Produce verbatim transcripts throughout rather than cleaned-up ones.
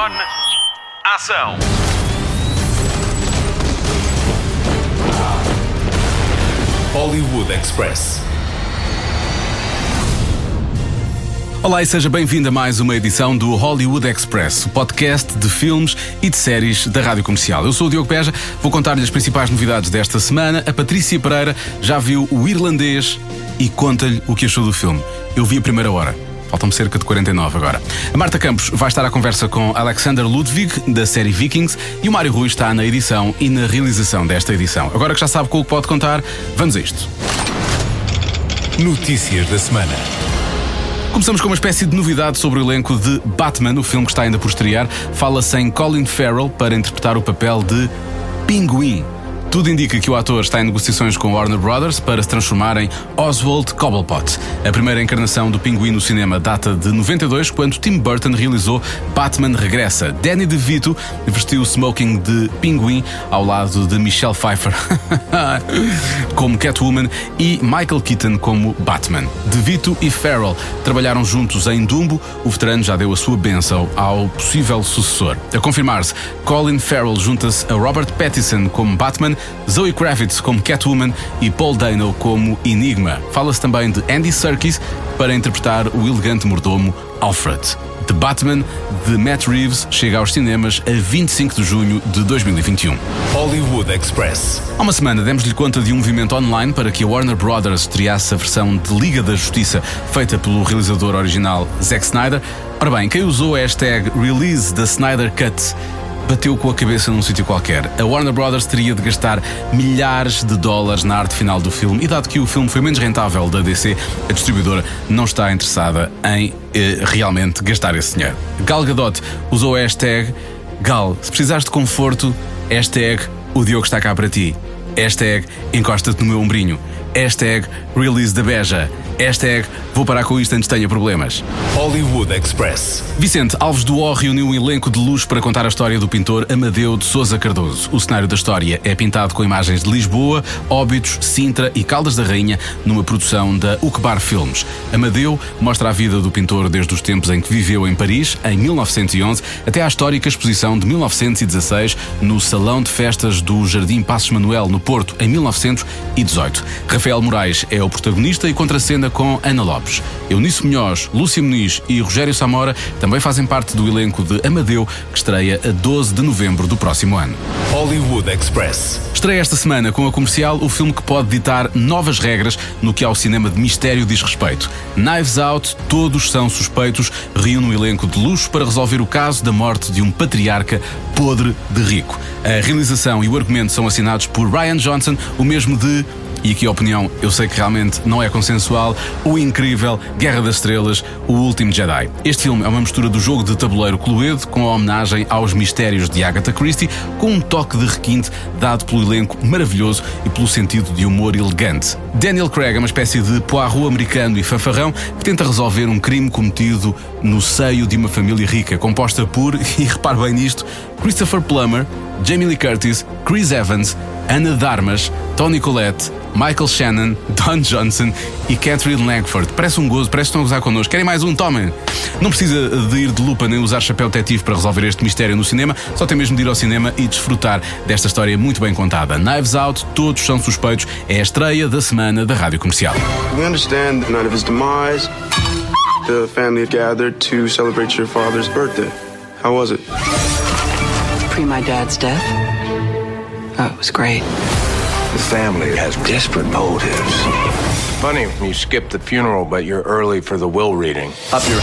On. Ação. Hollywood Express. Olá e seja bem-vindo a mais uma edição do Hollywood Express, o podcast de filmes e de séries da Rádio Comercial. Eu sou o Diogo Peja, vou contar-lhe as principais novidades desta semana. A Patrícia Pereira já viu O Irlandês e conta-lhe o que achou do filme. Eu vi a primeira hora. Faltam-me cerca de quarenta e nove agora. A Marta Campos vai estar à conversa com Alexander Ludwig, da série Vikings, e o Mário Rui está na edição e na realização desta edição. Agora que já sabe com o que pode contar, vamos a isto. Notícias da semana. Começamos com uma espécie de novidade sobre o elenco de Batman, o filme que está ainda por estrear. Fala-se em Colin Farrell para interpretar o papel de Pinguim. Tudo indica que o ator está em negociações com Warner Brothers para se transformar em Oswald Cobblepot. A primeira encarnação do Pinguim no cinema data de noventa e dois, quando Tim Burton realizou Batman Regressa. Danny DeVito vestiu o smoking de Pinguim ao lado de Michelle Pfeiffer como Catwoman e Michael Keaton como Batman. DeVito e Farrell trabalharam juntos em Dumbo. O veterano já deu a sua bênção ao possível sucessor. A confirmar-se, Colin Farrell junta-se a Robert Pattinson como Batman, Zoe Kravitz como Catwoman e Paul Dano como Enigma. Fala-se também de Andy Serkis para interpretar o elegante mordomo Alfred. The Batman, de Matt Reeves, chega aos cinemas a vinte e cinco de junho de dois mil e vinte e um. Hollywood Express. Há uma semana demos-lhe conta de um movimento online para que a Warner Brothers estreasse a versão de Liga da Justiça feita pelo realizador original Zack Snyder. Ora bem, quem usou a hashtag Release the Snyder Cut bateu com a cabeça num sítio qualquer. A Warner Brothers teria de gastar milhares de dólares na arte final do filme, e dado que o filme foi menos rentável da D C, a distribuidora não está interessada em eh, realmente gastar esse dinheiro. Gal Gadot usou a hashtag Gal, se precisares de conforto, hashtag o Diogo está cá para ti, hashtag encosta-te no meu ombrinho, hashtag Release da Beja, hashtag vou parar com isto antes tenha problemas. Hollywood Express. Vicente Alves do O reuniu um elenco de luxo para contar a história do pintor Amadeu de Sousa Cardoso. O cenário da história é pintado com imagens de Lisboa, Óbidos, Sintra e Caldas da Rainha, numa produção da Ucbar Filmes. Amadeu mostra a vida do pintor desde os tempos em que viveu em Paris, em mil novecentos e onze, até à histórica exposição de mil novecentos e dezasseis no Salão de Festas do Jardim Passos Manuel, no Porto, em mil novecentos e dezoito. Rafael Moraes é o protagonista e contracena com Ana Lopes. Eunice Munhoz, Lúcia Muniz e Rogério Samora também fazem parte do elenco de Amadeu, que estreia a doze de novembro do próximo ano. Hollywood Express. Estreia esta semana com a Comercial o filme que pode ditar novas regras no que ao cinema de mistério diz respeito. Knives Out, Todos São Suspeitos, reúne um elenco de luxo para resolver o caso da morte de um patriarca podre de rico. A realização e o argumento são assinados por Rian Johnson, o mesmo de... E aqui a opinião, eu sei que realmente não é consensual, o incrível Guerra das Estrelas, O Último Jedi. Este filme é uma mistura do jogo de tabuleiro Cluedo com a homenagem aos mistérios de Agatha Christie, com um toque de requinte dado pelo elenco maravilhoso e pelo sentido de humor elegante. Daniel Craig é uma espécie de Poirot americano e fanfarrão que tenta resolver um crime cometido no seio de uma família rica, composta por, e repare bem nisto, Christopher Plummer, Jamie Lee Curtis, Chris Evans, Ana de Armas, Toni Collette, Michael Shannon, Don Johnson e Catherine Langford. Parece um gozo, parece que estão a gozar connosco. Querem mais um? Tomem! Não precisa de ir de lupa nem usar chapéu detetive para resolver este mistério no cinema, só tem mesmo de ir ao cinema e desfrutar desta história muito bem contada. Knives Out, Todos São Suspeitos, é a estreia da semana da Rádio Comercial. We understand the night of his demise, the family had gathered to celebrate your father's birthday. How was it? Pre my dad's death? Oh, it was great. The family has desperate motives. Funny, you skipped the funeral, but you're early for the will reading. Up your...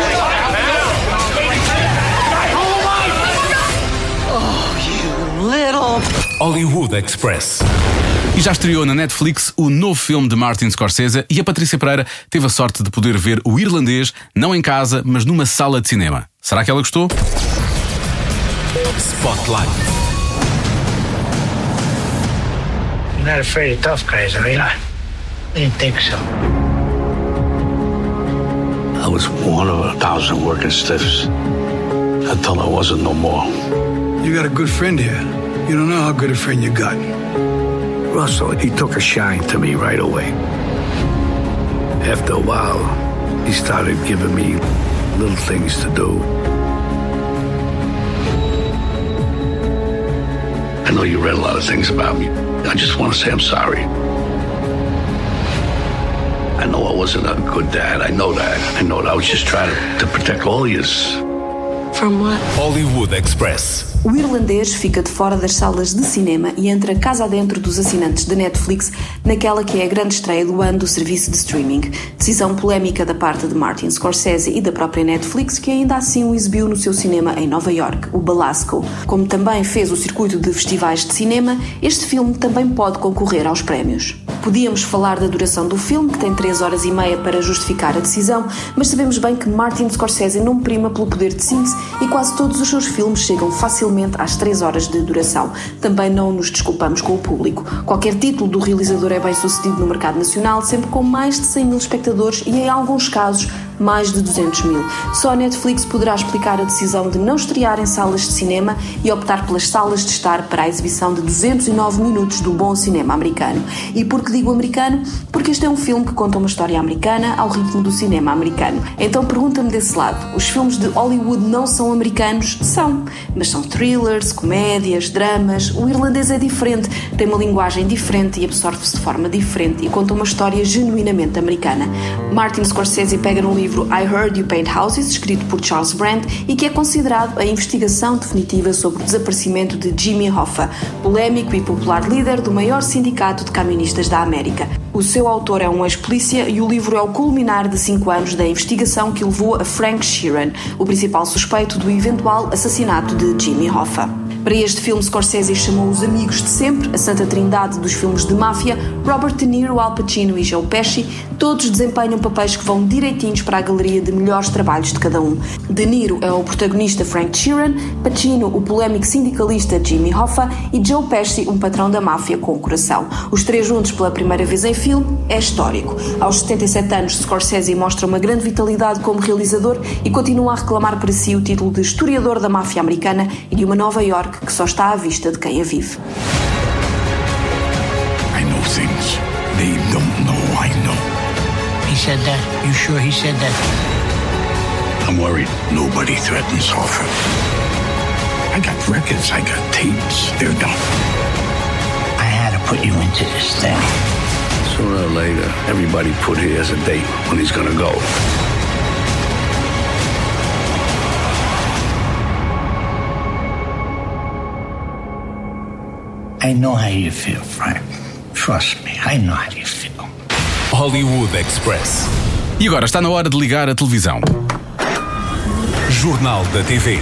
Oh, you little... Hollywood Express. E já estreou na Netflix o novo filme de Martin Scorsese e a Patrícia Pereira teve a sorte de poder ver O Irlandês, não em casa, mas numa sala de cinema. Será que ela gostou? Spotlight. You're not afraid of tough guys, are you? I didn't think so. I was one of a thousand working stiffs until I wasn't no more. You got a good friend here. You don't know how good a friend you got. Russell, he took a shine to me right away. After a while, he started giving me little things to do. I know you read a lot of things about me. I just want to say I'm sorry. I know I wasn't a good dad. I know that. I know that. I was just trying to, to protect all of you. From what? Hollywood Express. O irlandês fica de fora das salas de cinema e entra casa adentro dos assinantes da Netflix naquela que é a grande estreia do ano do serviço de streaming. Decisão polémica da parte de Martin Scorsese e da própria Netflix, que ainda assim o exibiu no seu cinema em Nova York, o Belasco. Como também fez o circuito de festivais de cinema, este filme também pode concorrer aos prémios. Podíamos falar da duração do filme, que tem três horas e meia para justificar a decisão, mas sabemos bem que Martin Scorsese não prima pelo poder de síntese e quase todos os seus filmes chegam facilmente às três horas de duração. Também não nos desculpamos com o público. Qualquer título do realizador é bem sucedido no mercado nacional, sempre com mais de cem mil espectadores e, em alguns casos, mais de duzentos mil. Só a Netflix poderá explicar a decisão de não estrear em salas de cinema e optar pelas salas de estar para a exibição de duzentos e nove minutos do bom cinema americano. E por que digo americano? Porque este é um filme que conta uma história americana ao ritmo do cinema americano. Então pergunta-me desse lado, os filmes de Hollywood não são americanos? São, mas são thrillers, comédias, dramas. O irlandês é diferente, tem uma linguagem diferente e absorve-se de forma diferente e conta uma história genuinamente americana. Martin Scorsese pega no livro I Heard You Paint Houses, escrito por Charles Brandt, e que é considerado a investigação definitiva sobre o desaparecimento de Jimmy Hoffa, polémico e popular líder do maior sindicato de camionistas da América. O seu autor é um ex-polícia e o livro é o culminar de cinco anos da investigação que levou a Frank Sheeran, o principal suspeito do eventual assassinato de Jimmy Hoffa. Para este filme, Scorsese chamou os amigos de sempre, a santa trindade dos filmes de máfia, Robert De Niro, Al Pacino e Joe Pesci. Todos desempenham papéis que vão direitinhos para a galeria de melhores trabalhos de cada um. De Niro é o protagonista Frank Sheeran, Pacino o polémico sindicalista Jimmy Hoffa e Joe Pesci um patrão da máfia com coração. Os três juntos pela primeira vez em filme é histórico. Aos setenta e sete anos, Scorsese mostra uma grande vitalidade como realizador e continua a reclamar para si o título de historiador da máfia americana e de uma Nova York que só está à vista de quem a vive. I know things they don't know I know. He said that? You sure he said that? I'm worried nobody threatens Hoffa. I got records, I got tapes. They're done. I had to put you into this thing. Sooner or later, everybody put here as a date when he's gonna go. I know how you feel, Frank. Trust me, I know how you feel. Hollywood Express. E agora está na hora de ligar a televisão. Jornal da T V.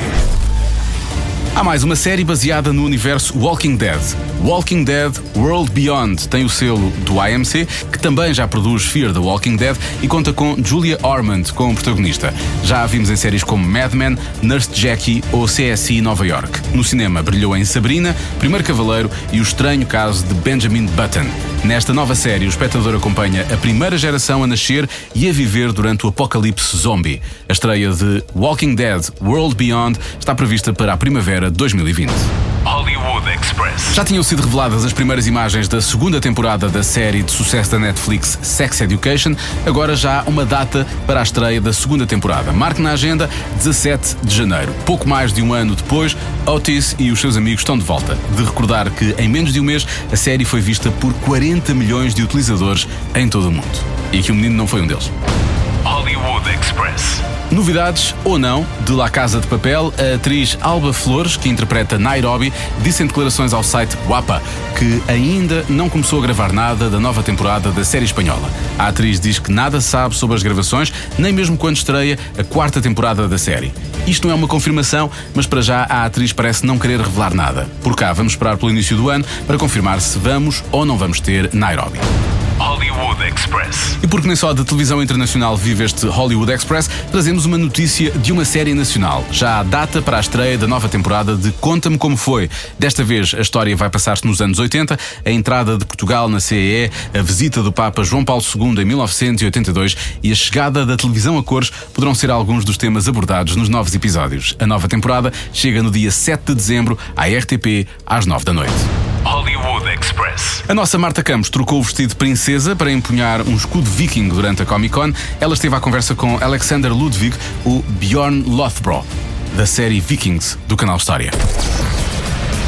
Há mais uma série baseada no universo Walking Dead. Walking Dead World Beyond tem o selo do A M C, que também já produz Fear the Walking Dead e conta com Julia Ormond como protagonista. Já a vimos em séries como Mad Men, Nurse Jackie ou C S I Nova York. No cinema brilhou em Sabrina, Primeiro Cavaleiro e O Estranho Caso de Benjamin Button. Nesta nova série, o espectador acompanha a primeira geração a nascer e a viver durante o apocalipse zombie. A estreia de Walking Dead World Beyond está prevista para a primavera de dois mil e vinte. Hollywood Express. Já tinham sido reveladas as primeiras imagens da segunda temporada da série de sucesso da Netflix Sex Education. Agora já há uma data para a estreia da segunda temporada. Marque na agenda dezassete de janeiro. Pouco mais de um ano depois, Otis e os seus amigos estão de volta. De recordar que em menos de um mês a série foi vista por quarenta milhões de utilizadores em todo o mundo. E que o menino não foi um deles. Hollywood Express. Novidades, ou não, de La Casa de Papel, a atriz Alba Flores, que interpreta Nairobi, disse em declarações ao site Guapa que ainda não começou a gravar nada da nova temporada da série espanhola. A atriz diz que nada sabe sobre as gravações, nem mesmo quando estreia a quarta temporada da série. Isto não é uma confirmação, mas para já a atriz parece não querer revelar nada. Por cá, vamos esperar pelo início do ano para confirmar se vamos ou não vamos ter Nairobi. Hollywood Express. E porque nem só da televisão internacional vive este Hollywood Express, trazemos uma notícia de uma série nacional. Já há data para a estreia da nova temporada de Conta-me Como Foi. Desta vez a história vai passar-se nos anos oitenta, a entrada de Portugal na C E E, a visita do Papa João Paulo segundo em mil novecentos e oitenta e dois e a chegada da televisão a cores poderão ser alguns dos temas abordados nos novos episódios. A nova temporada chega no dia sete de dezembro à R T P às nove da noite. Hollywood Express. A nossa Marta Campos trocou o vestido de princesa para empunhar um escudo viking durante a Comic Con. Ela esteve à conversa com Alexander Ludwig, o Bjorn Lothbrok, da série Vikings do canal História.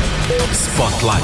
Spotlight.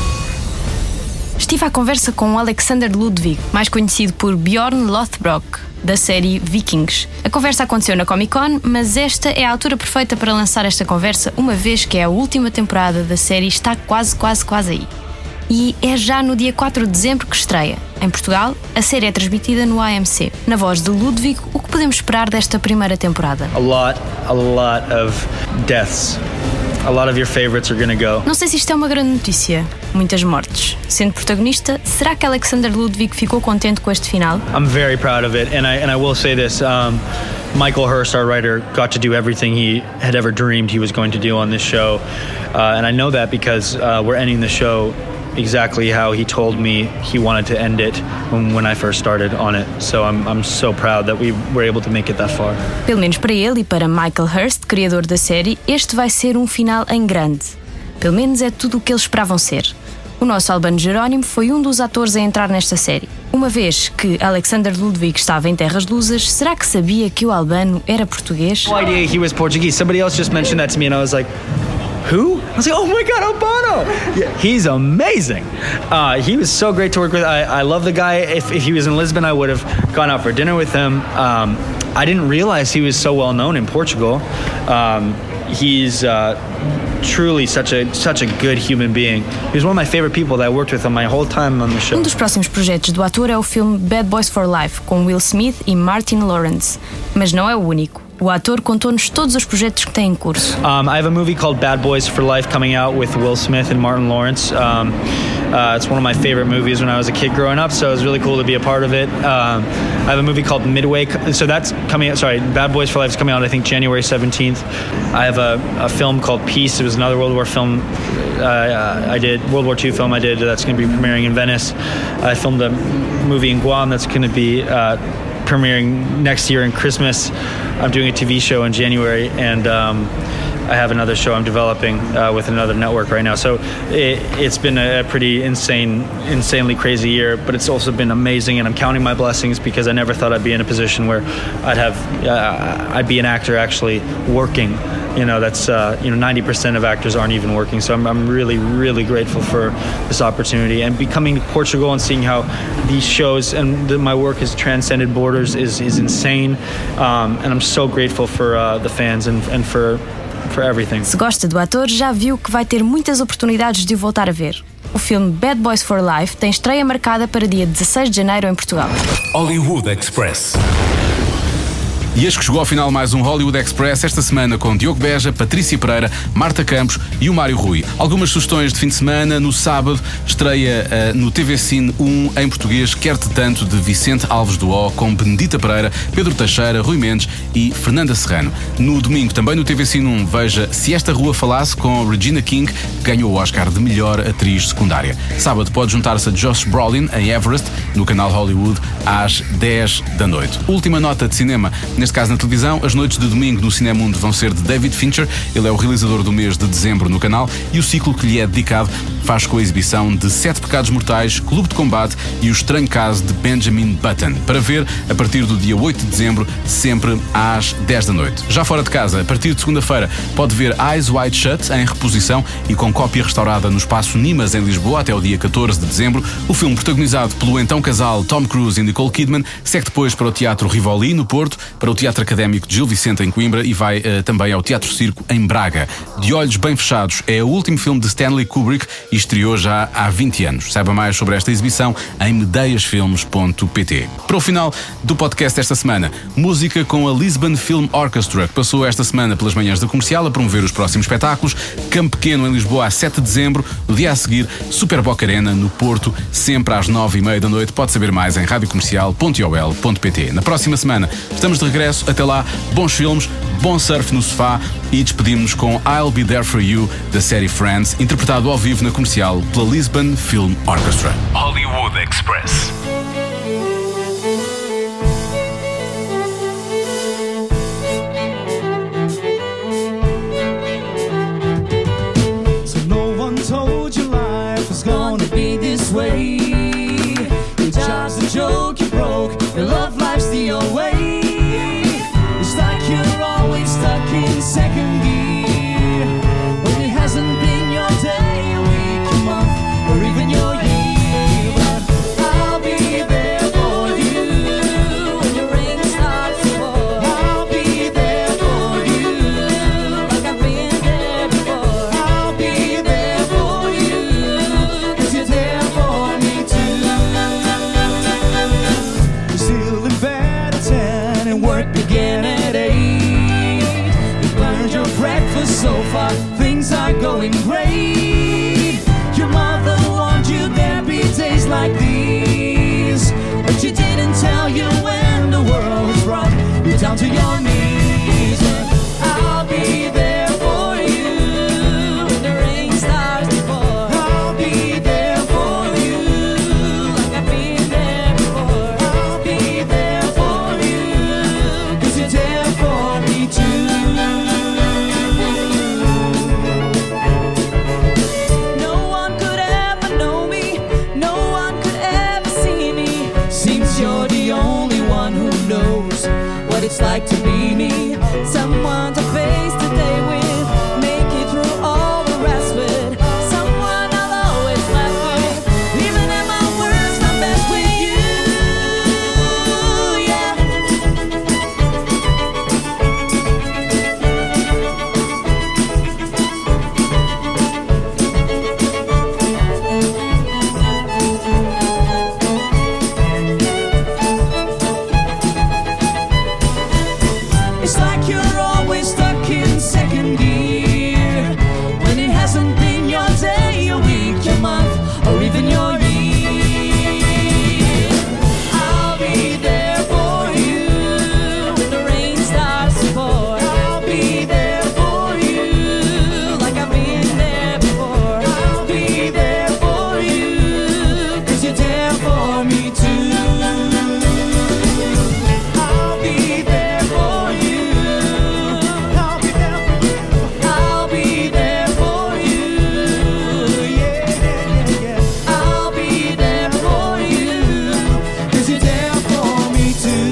Estive à conversa com Alexander Ludwig, mais conhecido por Bjorn Lothbrok, da série Vikings. A conversa aconteceu na Comic Con, mas esta é a altura perfeita para lançar esta conversa, uma vez que é a última temporada da série está quase, quase, quase aí. E é já no dia quatro de dezembro que estreia. Em Portugal, a série é transmitida no A M C. Na voz de Ludwig, o que podemos esperar desta primeira temporada? A lot, a lot of deaths. A lot of your favorites are gonna go. Não sei se isto é uma grande notícia. Muitas mortes. Sendo protagonista, será que Alexander Ludwig ficou contente com este final? I'm very proud of it, and I and I will say this. Um, Michael Hurst, our writer, got to do everything he had ever dreamed he was going to do on this show, uh, and I know that because uh, we're ending the show exactly how he told me he wanted to end it when, when I first started on it. So I'm, I'm so proud that we were able to make it that far. Pelo menos para ele e para Michael Hurst, criador da série, este vai ser um final em grande. Pelo menos é tudo o que eles esperavam ser. O nosso Albano Jerónimo foi um dos atores a entrar nesta série. Uma vez que Alexander Ludwig estava em terras lusas, será que sabia que o Albano era português? No idea he was Portuguese. Somebody else just mentioned that to me and I was like, who? I was like, oh my God, Albano! Yeah, he's amazing. Uh, he was so great to work with. I, I love the guy. If, if he was in Lisbon, I would have gone out for dinner with him. Um, I didn't realize he was so well known in Portugal. Um, he's uh, truly such a such a good human being. He was one of my favorite people that I worked with on my whole time on the show. Um dos próximos projetos do ator é o filme Bad Boys for Life, com Will Smith e Martin Lawrence. Mas não é o único. O ator contou-nos todos os projetos que tem em curso. Um, I have a movie called Bad Boys for Life coming out with Will Smith and Martin Lawrence. Um, uh, it's one of my favorite movies when I was a kid growing up, so it was really cool to be a part of it. Um, I have a movie called Midway, so that's coming out, sorry, Bad Boys for Life is coming out, I think, January seventeenth. I have a, a film called Peace. It was another World War film uh, I did, World War Two film I did that's going to be premiering in Venice. I filmed a movie in Guam that's going to be uh, premiering next year in Christmas. I'm doing a T V show in January, and um, I have another show I'm developing uh, with another network right now. So it, it's been a pretty insane, insanely crazy year, but it's also been amazing, and I'm counting my blessings because I never thought I'd be in a position where I'd have, uh, I'd be an actor actually working. You know, that's, uh, you know, ninety percent of actors aren't even working. So I'm, I'm really, really grateful for this opportunity. And becoming to Portugal and seeing how these shows and the, my work has transcended borders is, is insane. Um, and I'm so grateful for uh, the fans and, and for, for everything. Se gosta do ator, já viu que vai ter muitas oportunidades de o voltar a ver. O filme Bad Boys for Life tem estreia marcada para dia dezasseis de janeiro em Portugal. Hollywood Express. E eis que chegou ao final mais um Hollywood Express, esta semana com Diogo Beja, Patrícia Pereira, Marta Campos e o Mário Rui. Algumas sugestões de fim de semana. No sábado estreia uh, no T V Cine um em português, Quer-te Tanto, de Vicente Alves do O, com Benedita Pereira, Pedro Teixeira, Rui Mendes e Fernanda Serrano. No domingo, também no T V Cine um, veja Se Esta Rua Falasse, com Regina King, que ganhou o Oscar de melhor atriz secundária. Sábado pode juntar-se a Josh Brolin em Everest, no canal Hollywood, às dez da noite. Última nota de cinema. Neste caso na televisão, as noites de domingo no Cinemundo vão ser de David Fincher. Ele é o realizador do mês de dezembro no canal e o ciclo que lhe é dedicado faz com a exibição de Sete Pecados Mortais, Clube de Combate e O Estranho Caso de Benjamin Button, para ver a partir do dia oito de dezembro, sempre às dez da noite. Já fora de casa, a partir de segunda-feira, pode ver Eyes Wide Shut em reposição e com cópia restaurada no Espaço Nimas em Lisboa até o dia catorze de dezembro. O filme, protagonizado pelo então casal Tom Cruise e Nicole Kidman, segue depois para o Teatro Rivoli no Porto, para o Teatro Académico de Gil Vicente em Coimbra e vai uh, também ao Teatro Circo em Braga. De Olhos Bem Fechados é o último filme de Stanley Kubrick e estreou já há vinte anos. Saiba mais sobre esta exibição em medeias filmes ponto pt. Para o final do podcast esta semana, música com a Lisbon Film Orchestra, que passou esta semana pelas manhãs da Comercial a promover os próximos espetáculos. Campo Pequeno em Lisboa a sete de dezembro, no dia a seguir Super Boca Arena no Porto, sempre às nove e meia da noite. Pode saber mais em rádio comercial ponto i o l ponto p t. Na próxima semana estamos de regresso. Até lá, bons filmes, bom surf no sofá e despedimos-nos com I'll Be There For You, da série Friends, interpretado ao vivo na Comercial pela Lisbon Film Orchestra. Hollywood Express. So no one told you life was gonna be this way. Your job's a joke you broke, your love life's the old way. You're always stuck in second gear when it hasn't been your day. down to your knees. I'll be there for you when the rain starts to pour. I'll be there for you like I've been there before. I'll be there for you 'cause you're there for me too. No one could ever know me, no one could ever see me. Seems you're the only one who knows what it's like to be me. Someone to face the day with, make it through all the rest with. Someone I'll always laugh with, even at my worst, my best with you. Yeah. It's like you're always stuck in second gear when it hasn't been your day, your week, your month, or even your year. I'll be there for you when the rain starts to pour. I'll be there for you like I've been there before. I'll be there for you 'cause you're there for me too. I'll be there for you. I'll be there for you. I'll be there for you. Yeah, yeah, yeah. I'll be there for you 'cause you're there for me too.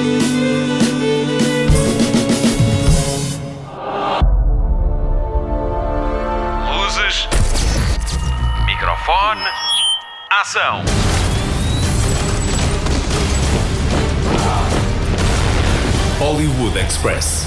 Luzes, microfone, ação. Hollywood Express.